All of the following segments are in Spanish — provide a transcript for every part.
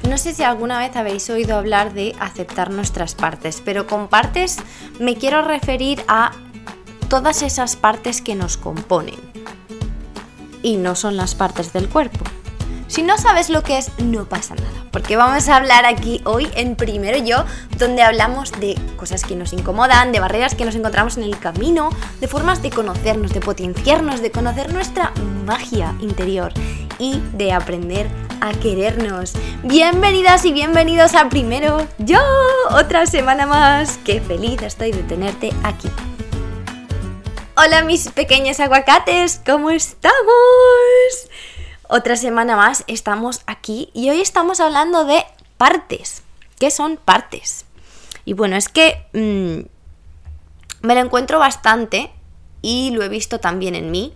No sé si alguna vez habéis oído hablar de aceptar nuestras partes, pero con partes me quiero referir a todas esas partes que nos componen. Y no son las partes del cuerpo. Si no sabes lo que es, no pasa nada, porque vamos a hablar aquí hoy en Primero Yo, donde hablamos de cosas que nos incomodan, de barreras que nos encontramos en el camino, de formas de conocernos, de potenciarnos, de conocer nuestra magia interior y de aprender a querernos. Bienvenidas y bienvenidos a Primero Yo, otra semana más. Qué feliz estoy de tenerte aquí. Hola mis pequeños aguacates, ¿cómo estamos? Otra semana más estamos aquí y hoy estamos hablando de partes. ¿Qué son partes? Y bueno, es que me lo encuentro bastante y lo he visto también en mí,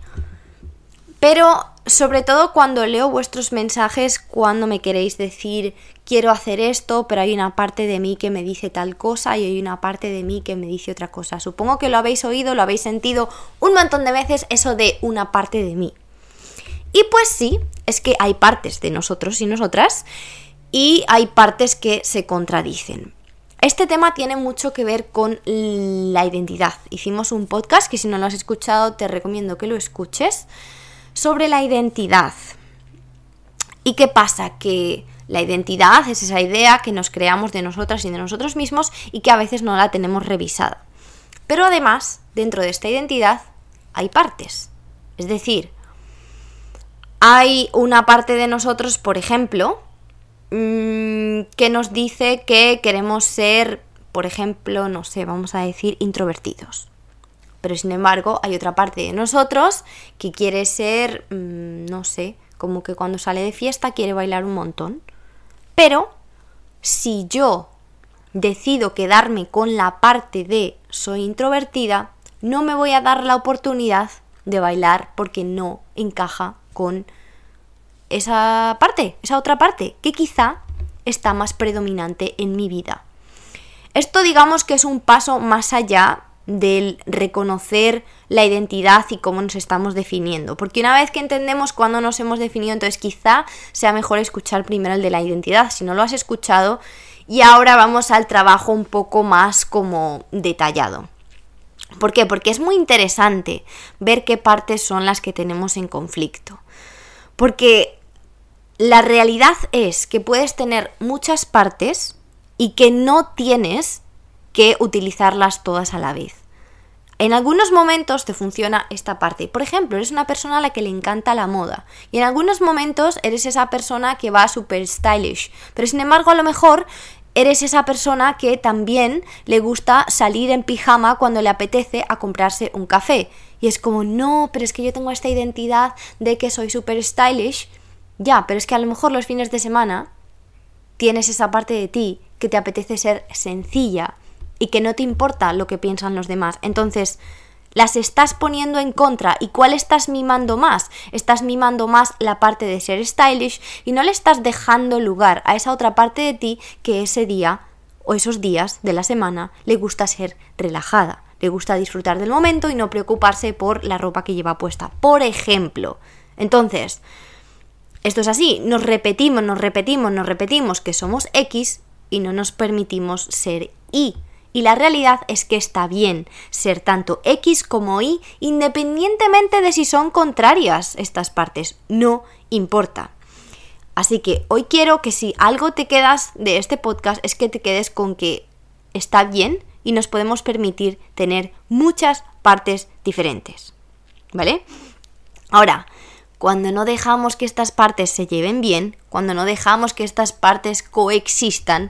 pero sobre todo cuando leo vuestros mensajes, cuando me queréis decir quiero hacer esto, pero hay una parte de mí que me dice tal cosa y hay una parte de mí que me dice otra cosa. Supongo que lo habéis oído, lo habéis sentido un montón de veces, eso de una parte de mí. Y pues sí, es que hay partes de nosotros y nosotras y hay partes que se contradicen. Este tema tiene mucho que ver con la identidad. Hicimos un podcast que si no lo has escuchado te recomiendo que lo escuches sobre la identidad. ¿Y qué pasa? Que la identidad es esa idea que nos creamos de nosotras y de nosotros mismos y que a veces no la tenemos revisada. Pero además, dentro de esta identidad hay partes. Es decir, hay una parte de nosotros, por ejemplo, que nos dice que queremos ser, por ejemplo, no sé, vamos a decir, introvertidos. Pero sin embargo, hay otra parte de nosotros que quiere ser, no sé, como que cuando sale de fiesta quiere bailar un montón. Pero si yo decido quedarme con la parte de soy introvertida, no me voy a dar la oportunidad de bailar porque no encaja con esa parte, esa otra parte, que quizá está más predominante en mi vida. Esto digamos que es un paso más allá del reconocer la identidad y cómo nos estamos definiendo, porque una vez que entendemos cuándo nos hemos definido, entonces quizá sea mejor escuchar primero el de la identidad, si no lo has escuchado, y ahora vamos al trabajo un poco más como detallado. ¿Por qué? Porque es muy interesante ver qué partes son las que tenemos en conflicto. Porque la realidad es que puedes tener muchas partes y que no tienes que utilizarlas todas a la vez. En algunos momentos te funciona esta parte. Por ejemplo, eres una persona a la que le encanta la moda y en algunos momentos eres esa persona que va super stylish, pero sin embargo a lo mejor eres esa persona que también le gusta salir en pijama cuando le apetece a comprarse un café. Y es como, no, pero es que yo tengo esta identidad de que soy super stylish. Ya, pero es que a lo mejor los fines de semana tienes esa parte de ti que te apetece ser sencilla y que no te importa lo que piensan los demás. Entonces, las estás poniendo en contra. ¿Y cuál estás mimando más? Estás mimando más la parte de ser stylish y no le estás dejando lugar a esa otra parte de ti que ese día o esos días de la semana le gusta ser relajada. Le gusta disfrutar del momento y no preocuparse por la ropa que lleva puesta, por ejemplo. Entonces, esto es así. Nos repetimos que somos X y no nos permitimos ser Y. Y la realidad es que está bien ser tanto X como Y, independientemente de si son contrarias estas partes, no importa. Así que hoy quiero que si algo te quedas de este podcast es que te quedes con que está bien y nos podemos permitir tener muchas partes diferentes, ¿vale? Ahora, cuando no dejamos que estas partes se lleven bien, cuando no dejamos que estas partes coexistan,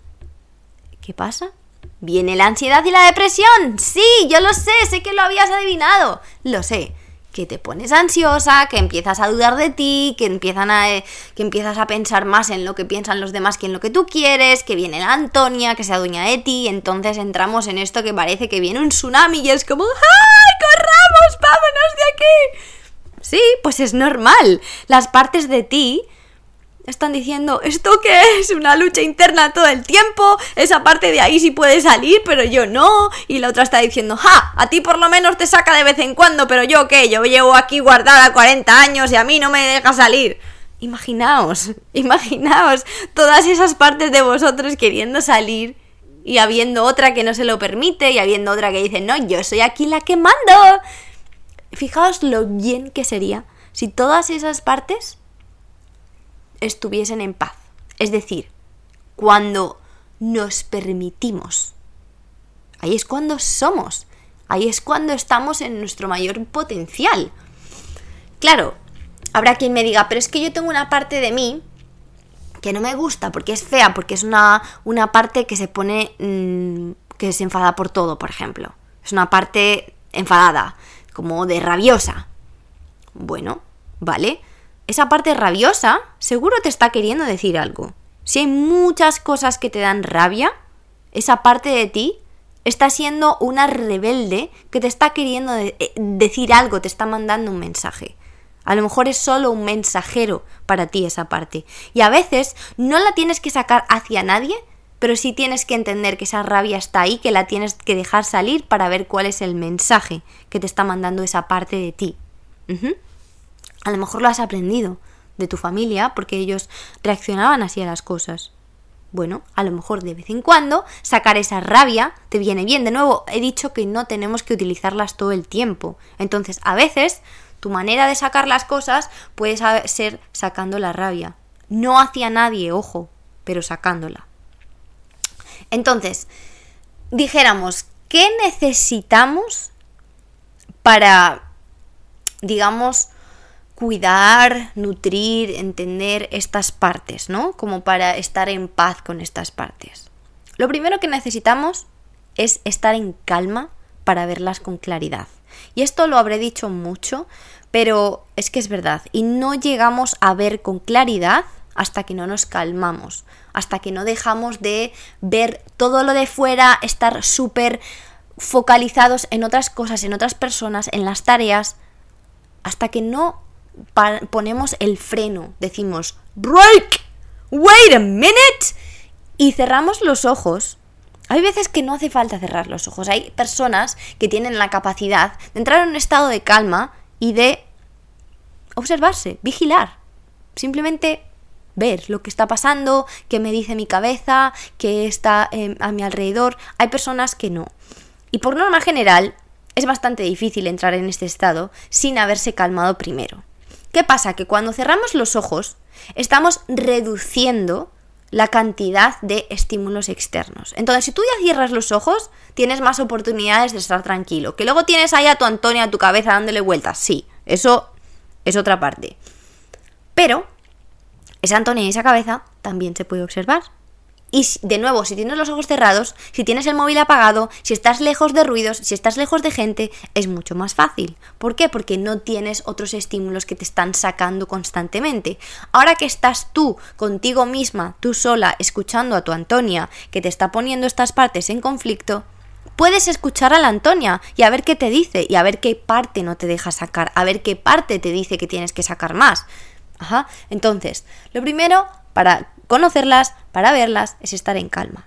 ¿qué pasa? Viene la ansiedad y la depresión. Sí, yo lo sé que lo habías adivinado. Lo sé, que te pones ansiosa, que empiezas a dudar de ti, que empiezas a pensar más en lo que piensan los demás que en lo que tú quieres, que viene la Antonia, que se adueña de ti, y entonces entramos en esto que parece que viene un tsunami y es como ¡ay, corramos, vámonos de aquí! Sí, pues es normal. Las partes de ti están diciendo, ¿esto qué es? Una lucha interna todo el tiempo, esa parte de ahí sí puede salir, pero yo no, y la otra está diciendo, ¡ja! A ti por lo menos te saca de vez en cuando, pero yo ¿qué? Yo llevo aquí guardada 40 años y a mí no me deja salir. Imaginaos todas esas partes de vosotros queriendo salir y habiendo otra que no se lo permite y habiendo otra que dice, no, yo soy aquí la que mando. Fijaos lo bien que sería si todas esas partes estuviesen en paz. Es decir, cuando nos permitimos, ahí es cuando somos, ahí es cuando estamos en nuestro mayor potencial. Claro, habrá quien me diga, pero es que yo tengo una parte de mí que no me gusta porque es fea, porque es una parte que se pone, que se enfada por todo, por ejemplo. Es una parte enfadada, como de rabiosa. Bueno, vale. Esa parte rabiosa seguro te está queriendo decir algo. Si hay muchas cosas que te dan rabia, esa parte de ti está siendo una rebelde que te está queriendo decir algo, te está mandando un mensaje. A lo mejor es solo un mensajero para ti esa parte. Y a veces no la tienes que sacar hacia nadie, pero sí tienes que entender que esa rabia está ahí, que la tienes que dejar salir para ver cuál es el mensaje que te está mandando esa parte de ti. A lo mejor lo has aprendido de tu familia porque ellos reaccionaban así a las cosas. Bueno, a lo mejor de vez en cuando sacar esa rabia te viene bien. De nuevo, he dicho que no tenemos que utilizarlas todo el tiempo. Entonces, a veces tu manera de sacar las cosas puede ser sacando la rabia. No hacia nadie, ojo, pero sacándola. Entonces, dijéramos, ¿qué necesitamos para, digamos, cuidar, nutrir, entender estas partes, ¿no? Como para estar en paz con estas partes. Lo primero que necesitamos es estar en calma para verlas con claridad. Y esto lo habré dicho mucho, pero es que es verdad. Y no llegamos a ver con claridad hasta que no nos calmamos, hasta que no dejamos de ver todo lo de fuera, estar súper focalizados en otras cosas, en otras personas, en las tareas, hasta que no ponemos el freno, decimos break, wait a minute, y cerramos los ojos. Hay veces que no hace falta cerrar los ojos. Hay personas que tienen la capacidad de entrar en un estado de calma y de observarse, vigilar, simplemente ver lo que está pasando, qué me dice mi cabeza, qué está a mi alrededor. Hay personas que no. Y por norma general es bastante difícil entrar en este estado sin haberse calmado primero. ¿Qué pasa? Que cuando cerramos los ojos estamos reduciendo la cantidad de estímulos externos. Entonces, si tú ya cierras los ojos, tienes más oportunidades de estar tranquilo. Que luego tienes ahí a tu Antonia, a tu cabeza dándole vueltas. Sí, eso es otra parte. Pero esa Antonia y esa cabeza también se puede observar. Y de nuevo, si tienes los ojos cerrados, si tienes el móvil apagado, si estás lejos de ruidos, si estás lejos de gente, es mucho más fácil. ¿Por qué? Porque no tienes otros estímulos que te están sacando constantemente. Ahora que estás tú contigo misma, tú sola, escuchando a tu Antonia, que te está poniendo estas partes en conflicto, puedes escuchar a la Antonia y a ver qué te dice y a ver qué parte no te deja sacar, a ver qué parte te dice que tienes que sacar más. Entonces, lo primero, para conocerlas, para verlas, es estar en calma.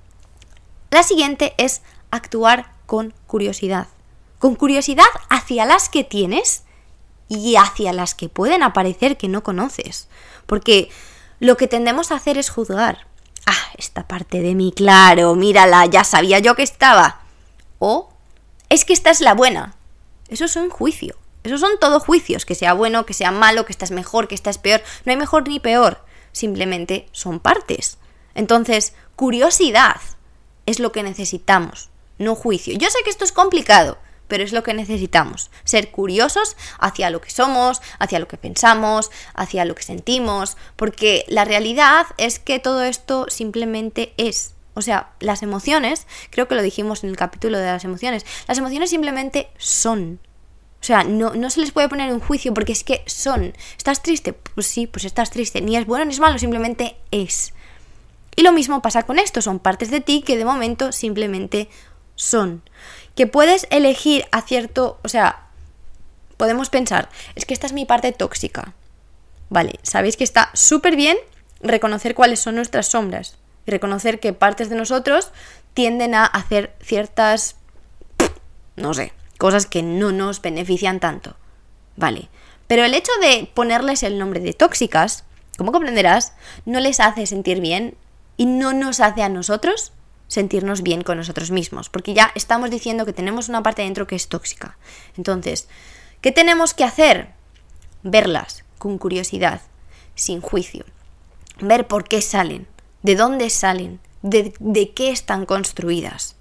La siguiente es actuar con curiosidad. Con curiosidad hacia las que tienes y hacia las que pueden aparecer que no conoces. Porque lo que tendemos a hacer es juzgar. Esta parte de mí, claro, mírala, ya sabía yo que estaba. O, es que esta es la buena. Eso es un juicio. Esos son todo juicios, que sea bueno, que sea malo, que esta es mejor, que esta es peor. No hay mejor ni peor. Simplemente son partes. Entonces, curiosidad es lo que necesitamos, no juicio. Yo sé que esto es complicado, pero es lo que necesitamos. Ser curiosos hacia lo que somos, hacia lo que pensamos, hacia lo que sentimos, porque la realidad es que todo esto simplemente es. O sea, las emociones, creo que lo dijimos en el capítulo de las emociones simplemente son. O sea, no se les puede poner un juicio porque es que son. ¿Estás triste? Pues sí, pues estás triste. Ni es bueno ni es malo, simplemente es. Y lo mismo pasa con esto. Son partes de ti que de momento simplemente son. Que puedes elegir a cierto... O sea, podemos pensar, es que esta es mi parte tóxica. Vale, sabéis que está súper bien reconocer cuáles son nuestras sombras. Y reconocer que partes de nosotros tienden a hacer ciertas... no sé... cosas que no nos benefician tanto, ¿vale? Pero el hecho de ponerles el nombre de tóxicas, como comprenderás, no les hace sentir bien y no nos hace a nosotros sentirnos bien con nosotros mismos, porque ya estamos diciendo que tenemos una parte dentro que es tóxica. Entonces, ¿qué tenemos que hacer? Verlas con curiosidad, sin juicio. Ver por qué salen, de dónde salen, de qué están construidas.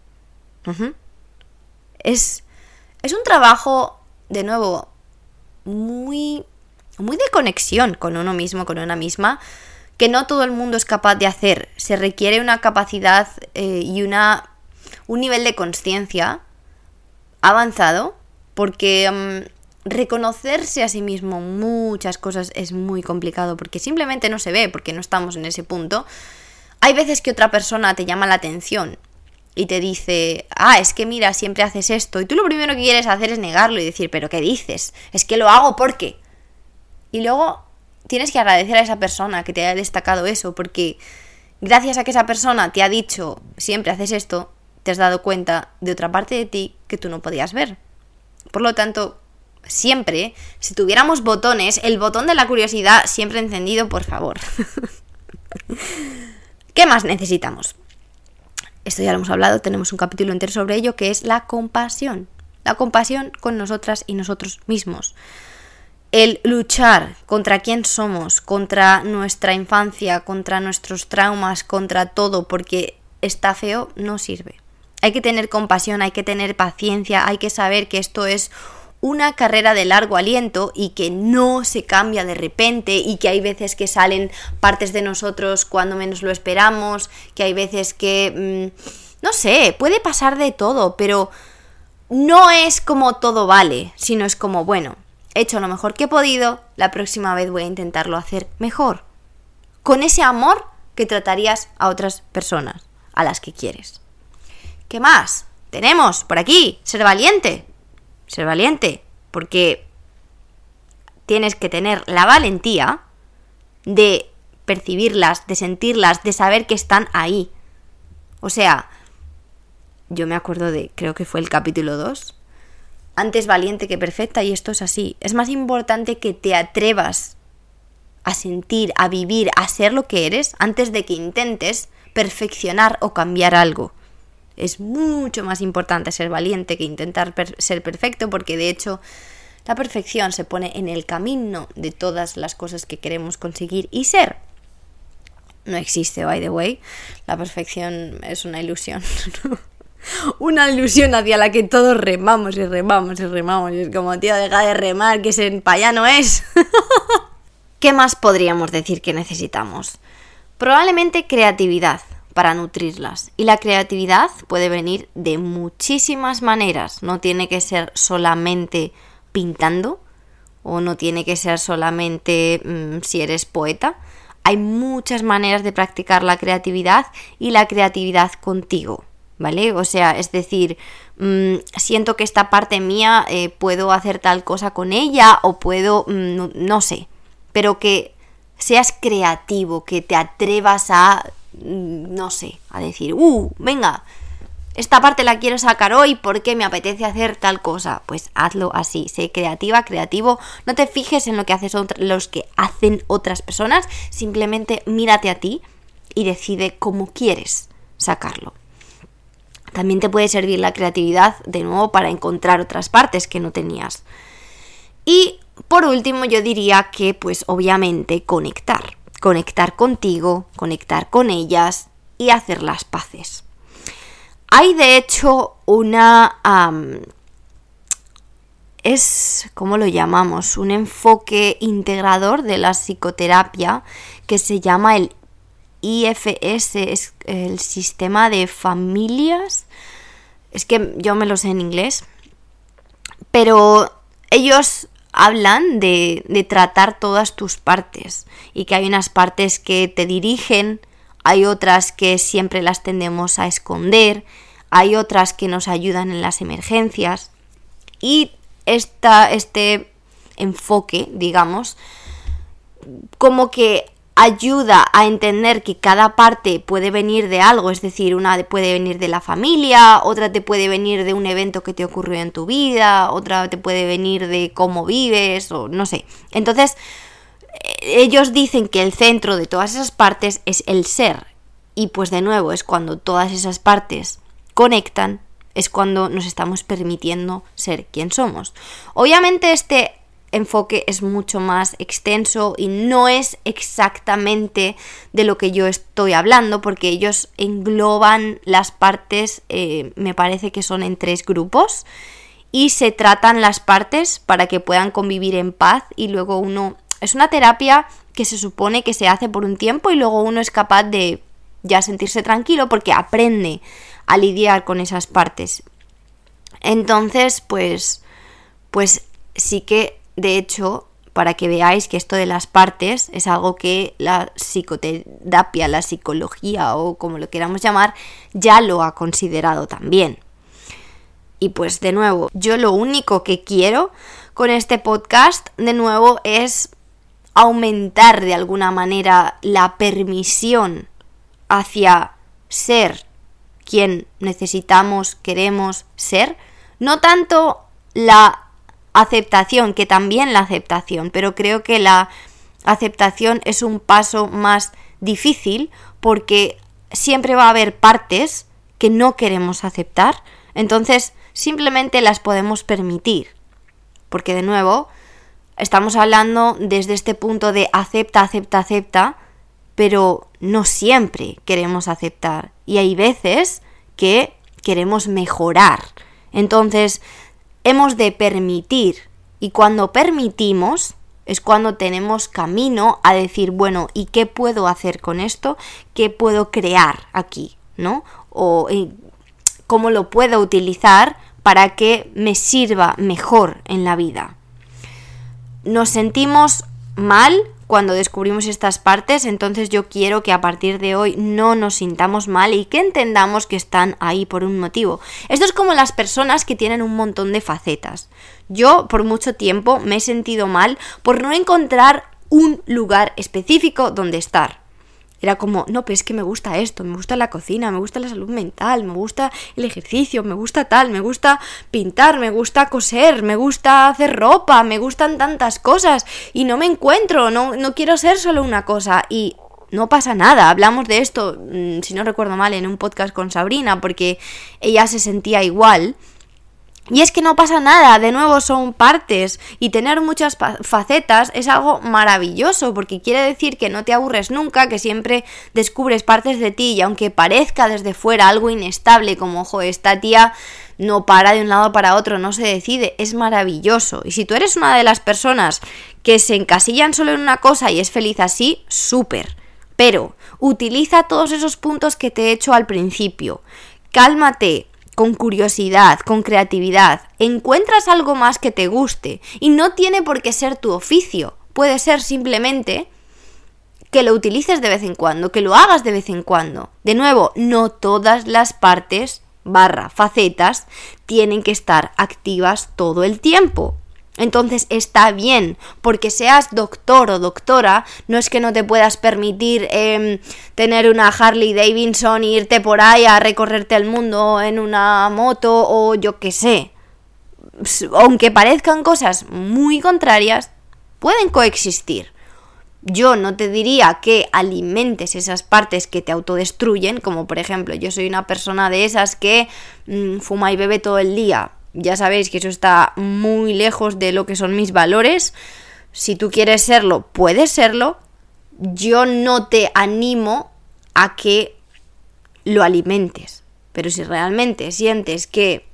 Es un trabajo, de nuevo, muy de conexión con uno mismo, con una misma, que no todo el mundo es capaz de hacer. Se requiere una capacidad y un nivel de conciencia avanzado, porque reconocerse a sí mismo muchas cosas es muy complicado, porque simplemente no se ve, porque no estamos en ese punto. Hay veces que otra persona te llama la atención y te dice, es que mira, siempre haces esto, y tú lo primero que quieres hacer es negarlo y decir, ¿pero qué dices? Es que lo hago porque... Y luego tienes que agradecer a esa persona que te haya destacado eso, porque gracias a que esa persona te ha dicho, siempre haces esto, te has dado cuenta de otra parte de ti que tú no podías ver. Por lo tanto, siempre, si tuviéramos botones, el botón de la curiosidad siempre encendido, por favor. ¿Qué más necesitamos? Esto ya lo hemos hablado, tenemos un capítulo entero sobre ello, que es la compasión. La compasión con nosotras y nosotros mismos. El luchar contra quién somos, contra nuestra infancia, contra nuestros traumas, contra todo, porque está feo, no sirve. Hay que tener compasión, hay que tener paciencia, hay que saber que esto es una carrera de largo aliento y que no se cambia de repente, y que hay veces que salen partes de nosotros cuando menos lo esperamos, que hay veces que, no sé, puede pasar de todo, pero no es como todo vale, sino es como, bueno, he hecho lo mejor que he podido, la próxima vez voy a intentarlo hacer mejor, con ese amor que tratarías a otras personas, a las que quieres. ¿Qué más? Tenemos por aquí, ser valiente, porque tienes que tener la valentía de percibirlas, de sentirlas, de saber que están ahí. O sea, yo me acuerdo creo que fue el capítulo 2, antes valiente que perfecta, y esto es así. Es más importante que te atrevas a sentir, a vivir, a ser lo que eres, antes de que intentes perfeccionar o cambiar algo. Es mucho más importante ser valiente que intentar ser perfecto, porque de hecho la perfección se pone en el camino de todas las cosas que queremos conseguir y ser. No existe, by the way. La perfección es una ilusión. Una ilusión hacia la que todos remamos y remamos y remamos. Y es como, tío, deja de remar, que para allá no es. ¿Qué más podríamos decir que necesitamos? Probablemente creatividad para nutrirlas. Y la creatividad puede venir de muchísimas maneras. No tiene que ser solamente pintando, o no tiene que ser solamente si eres poeta. Hay muchas maneras de practicar la creatividad, y la creatividad contigo, ¿vale? O sea, es decir, siento que esta parte mía puedo hacer tal cosa con ella, o puedo, no sé, pero que seas creativo, que te atrevas a, no sé, a decir, venga, esta parte la quiero sacar hoy porque me apetece hacer tal cosa. Pues hazlo así, sé creativa, creativo, no te fijes en lo que los que hacen otras personas, simplemente mírate a ti y decide cómo quieres sacarlo. También te puede servir la creatividad, de nuevo, para encontrar otras partes que no tenías. Y por último, yo diría que, pues obviamente, conectar contigo, conectar con ellas y hacer las paces. Hay de hecho ¿cómo lo llamamos? Un enfoque integrador de la psicoterapia que se llama el IFS, es el sistema de familias. Es que yo me lo sé en inglés, pero ellos hablan de tratar todas tus partes, y que hay unas partes que te dirigen, hay otras que siempre las tendemos a esconder, hay otras que nos ayudan en las emergencias, y este enfoque, digamos, como que ayuda a entender que cada parte puede venir de algo, es decir, una puede venir de la familia, otra te puede venir de un evento que te ocurrió en tu vida, otra te puede venir de cómo vives, o no sé. Entonces, ellos dicen que el centro de todas esas partes es el ser, y pues de nuevo es cuando todas esas partes conectan, es cuando nos estamos permitiendo ser quien somos. Obviamente este enfoque es mucho más extenso y no es exactamente de lo que yo estoy hablando, porque ellos engloban las partes, me parece que son en 3 grupos, y se tratan las partes para que puedan convivir en paz, y luego uno... Es una terapia que se supone que se hace por un tiempo y luego uno es capaz de ya sentirse tranquilo porque aprende a lidiar con esas partes. Entonces, pues sí que, de hecho, para que veáis que esto de las partes es algo que la psicoterapia, la psicología o como lo queramos llamar, ya lo ha considerado también. Y pues de nuevo, yo lo único que quiero con este podcast, de nuevo, es aumentar de alguna manera la permisión hacia ser quien necesitamos, queremos ser. No tanto la aceptación, que también la aceptación, pero creo que la aceptación es un paso más difícil porque siempre va a haber partes que no queremos aceptar, entonces simplemente las podemos permitir, porque de nuevo estamos hablando desde este punto de acepta, pero no siempre queremos aceptar y hay veces que queremos mejorar, entonces hemos de permitir, y cuando permitimos es cuando tenemos camino a decir, bueno, ¿y qué puedo hacer con esto? ¿Qué puedo crear aquí? ¿No? O cómo lo puedo utilizar para que me sirva mejor en la vida. Nos sentimos mal cuando descubrimos estas partes, entonces yo quiero que a partir de hoy no nos sintamos mal y que entendamos que están ahí por un motivo. Esto es como las personas que tienen un montón de facetas. Yo por mucho tiempo me he sentido mal por no encontrar un lugar específico donde estar. Era como, no, pero es que me gusta esto, me gusta la cocina, me gusta la salud mental, me gusta el ejercicio, me gusta tal, me gusta pintar, me gusta coser, me gusta hacer ropa, me gustan tantas cosas y no me encuentro, no quiero ser solo una cosa y no pasa nada. Hablamos de esto, si no recuerdo mal, en un podcast con Sabrina porque ella se sentía igual. Y es que no pasa nada, de nuevo son partes y tener muchas facetas es algo maravilloso porque quiere decir que no te aburres nunca, que siempre descubres partes de ti y aunque parezca desde fuera algo inestable como, ojo, esta tía no para de un lado para otro, no se decide, es maravilloso. Y si tú eres una de las personas que se encasillan solo en una cosa y es feliz así, súper. Pero utiliza todos esos puntos que te he hecho al principio, cálmate, con curiosidad, con creatividad, encuentras algo más que te guste y no tiene por qué ser tu oficio, puede ser simplemente que lo utilices de vez en cuando, que lo hagas de vez en cuando. De nuevo, no todas las partes / facetas tienen que estar activas todo el tiempo. Entonces está bien, porque seas doctor o doctora, no es que no te puedas permitir tener una Harley Davidson e irte por ahí a recorrerte el mundo en una moto o yo qué sé. Aunque parezcan cosas muy contrarias, pueden coexistir. Yo no te diría que alimentes esas partes que te autodestruyen, como por ejemplo, yo soy una persona de esas que fuma y bebe todo el día. Ya sabéis que eso está muy lejos de lo que son mis valores. Si tú quieres serlo, puedes serlo. Yo no te animo a que lo alimentes. Pero si realmente sientes que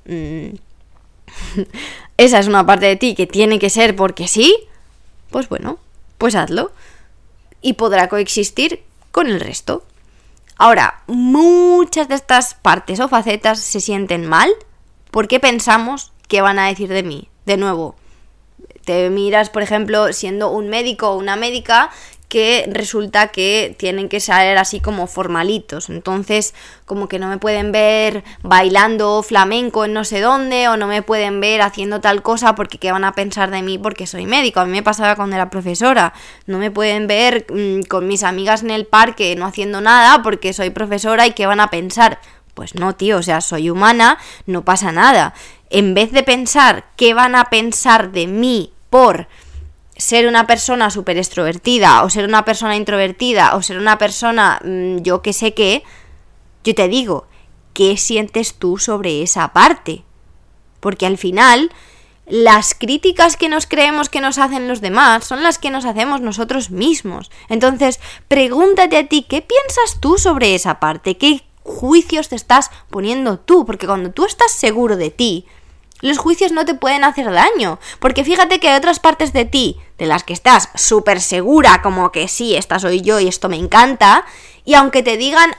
esa es una parte de ti que tiene que ser porque sí, pues bueno, pues hazlo. Y podrá coexistir con el resto. Ahora, muchas de estas partes o facetas se sienten mal. ¿Por qué pensamos que van a decir de mí? De nuevo, te miras, por ejemplo, siendo un médico o una médica que resulta que tienen que ser así como formalitos, entonces como que no me pueden ver bailando flamenco en no sé dónde, o no me pueden ver haciendo tal cosa porque qué van a pensar de mí porque soy médico. A mí me pasaba cuando era profesora, no me pueden ver con mis amigas en el parque no haciendo nada porque soy profesora y qué van a pensar. Pues no, tío, o sea, soy humana, no pasa nada. En vez de pensar qué van a pensar de mí por ser una persona súper extrovertida, o ser una persona introvertida, o ser una persona yo que sé qué, yo te digo, ¿qué sientes tú sobre esa parte? Porque al final, las críticas que nos creemos que nos hacen los demás son las que nos hacemos nosotros mismos. Entonces, pregúntate a ti, ¿qué piensas tú sobre esa parte? ¿Qué juicios te estás poniendo tú? Porque cuando tú estás seguro de ti, los juicios no te pueden hacer daño, porque fíjate que hay otras partes de ti de las que estás súper segura, como que sí, esta soy yo y esto me encanta, y aunque te digan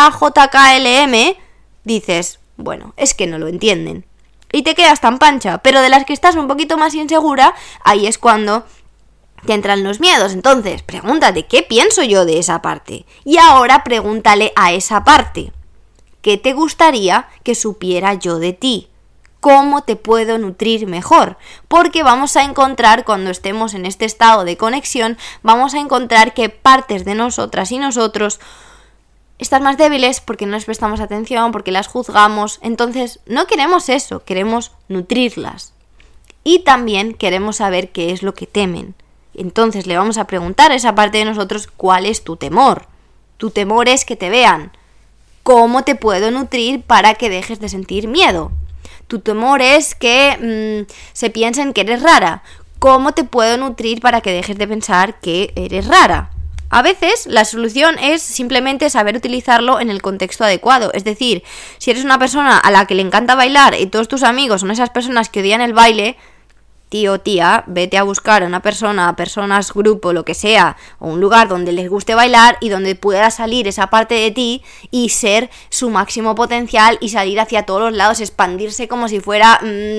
HAJKLM, dices, bueno, es que no lo entienden, y te quedas tan pancha. Pero de las que estás un poquito más insegura, ahí es cuando te entran los miedos. Entonces, pregúntate, ¿qué pienso yo de esa parte? Y ahora pregúntale a esa parte, ¿qué te gustaría que supiera yo de ti? ¿Cómo te puedo nutrir mejor? Porque vamos a encontrar, cuando estemos en este estado de conexión, vamos a encontrar que partes de nosotras y nosotros están más débiles porque no les prestamos atención, porque las juzgamos. Entonces, no queremos eso, queremos nutrirlas. Y también queremos saber qué es lo que temen. Entonces, le vamos a preguntar a esa parte de nosotros, ¿cuál es tu temor? Tu temor es que te vean. ¿Cómo te puedo nutrir para que dejes de sentir miedo? Tu temor es que se piensen que eres rara. ¿Cómo te puedo nutrir para que dejes de pensar que eres rara? A veces la solución es simplemente saber utilizarlo en el contexto adecuado. Es decir, si eres una persona a la que le encanta bailar y todos tus amigos son esas personas que odian el baile, tío, tía, vete a buscar a una persona, personas, grupo, lo que sea, o un lugar donde les guste bailar y donde pueda salir esa parte de ti y ser su máximo potencial y salir hacia todos los lados, expandirse como si fuera,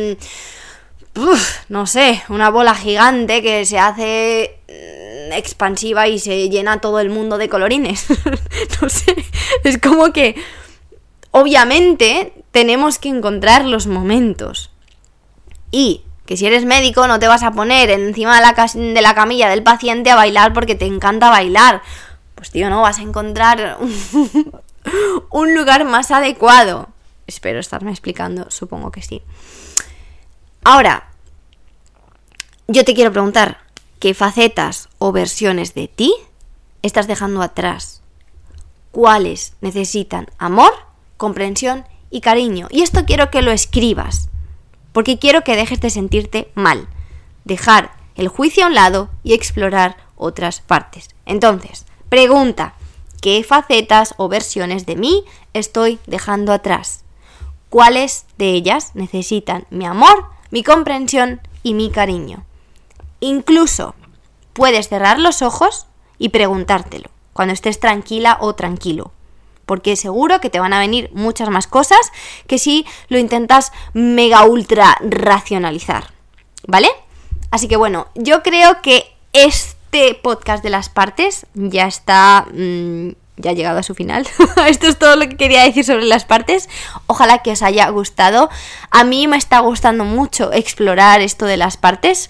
no sé, una bola gigante que se hace expansiva y se llena todo el mundo de colorines. No sé, es como que obviamente tenemos que encontrar los momentos. Y que si eres médico no te vas a poner encima de la camilla del paciente a bailar porque te encanta bailar. Pues tío, no, vas a encontrar un lugar más adecuado. Espero estarme explicando, supongo que sí. Ahora, yo te quiero preguntar, ¿qué facetas o versiones de ti estás dejando atrás? ¿Cuáles necesitan amor, comprensión y cariño? Y esto quiero que lo escribas, porque quiero que dejes de sentirte mal, dejar el juicio a un lado y explorar otras partes. Entonces, pregunta, ¿qué facetas o versiones de mí estoy dejando atrás? ¿Cuáles de ellas necesitan mi amor, mi comprensión y mi cariño? Incluso puedes cerrar los ojos y preguntártelo cuando estés tranquila o tranquilo, porque seguro que te van a venir muchas más cosas que si lo intentas mega ultra racionalizar, ¿vale? Así que bueno, yo creo que este podcast de las partes ya está, ya ha llegado a su final. Esto es todo lo que quería decir sobre las partes. Ojalá que os haya gustado. A mí me está gustando mucho explorar esto de las partes.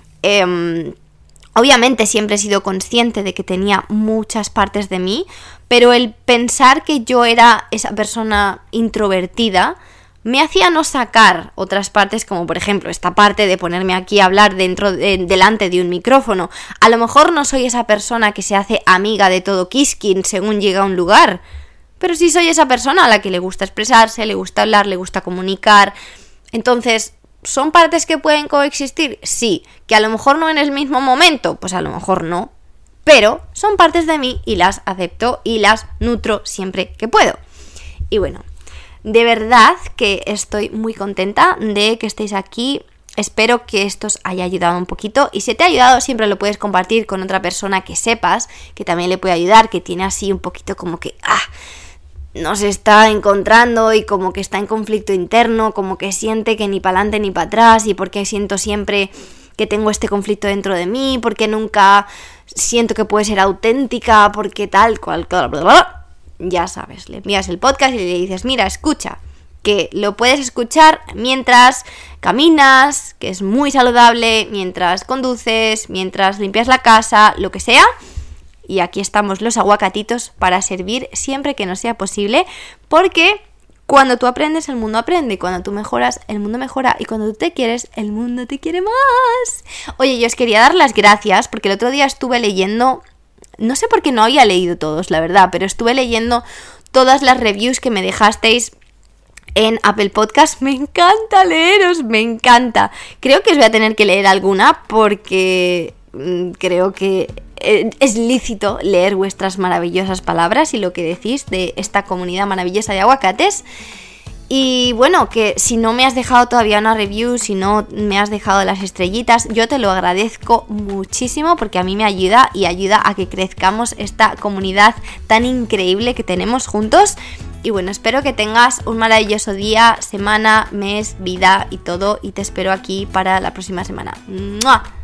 Obviamente siempre he sido consciente de que tenía muchas partes de mí, pero el pensar que yo era esa persona introvertida me hacía no sacar otras partes, como por ejemplo esta parte de ponerme aquí a hablar delante de un micrófono. A lo mejor no soy esa persona que se hace amiga de todo Kiskin según llega a un lugar, pero sí soy esa persona a la que le gusta expresarse, le gusta hablar, le gusta comunicar. Entonces, ¿son partes que pueden coexistir? Sí. ¿Que a lo mejor no en el mismo momento? Pues a lo mejor no. Pero son partes de mí y las acepto y las nutro siempre que puedo. Y bueno, de verdad que estoy muy contenta de que estéis aquí. Espero que esto os haya ayudado un poquito. Y si te ha ayudado, siempre lo puedes compartir con otra persona que sepas que también le puede ayudar, que tiene así un poquito como que no se está encontrando y como que está en conflicto interno, como que siente que ni para adelante ni para atrás y porque siento siempre que tengo este conflicto dentro de mí, por qué nunca siento que puedo ser auténtica, por qué tal, cual, bla, bla, bla. Ya sabes, le envías el podcast y le dices, mira, escucha, que lo puedes escuchar mientras caminas, que es muy saludable, mientras conduces, mientras limpias la casa, lo que sea. Y aquí estamos los aguacatitos para servir siempre que nos sea posible, porque cuando tú aprendes, el mundo aprende, y cuando tú mejoras, el mundo mejora, y cuando tú te quieres, el mundo te quiere más. Oye, yo os quería dar las gracias, porque el otro día estuve leyendo, no sé por qué no había leído todos, la verdad, pero estuve leyendo todas las reviews que me dejasteis en Apple Podcast. Me encanta leeros, me encanta. Creo que os voy a tener que leer alguna, porque creo que es lícito leer vuestras maravillosas palabras y lo que decís de esta comunidad maravillosa de aguacates. Y bueno, que si no me has dejado todavía una review, si no me has dejado las estrellitas, yo te lo agradezco muchísimo, porque a mí me ayuda y ayuda a que crezcamos esta comunidad tan increíble que tenemos juntos. Y bueno, espero que tengas un maravilloso día, semana, mes, vida y todo, y te espero aquí para la próxima semana. ¡Mua!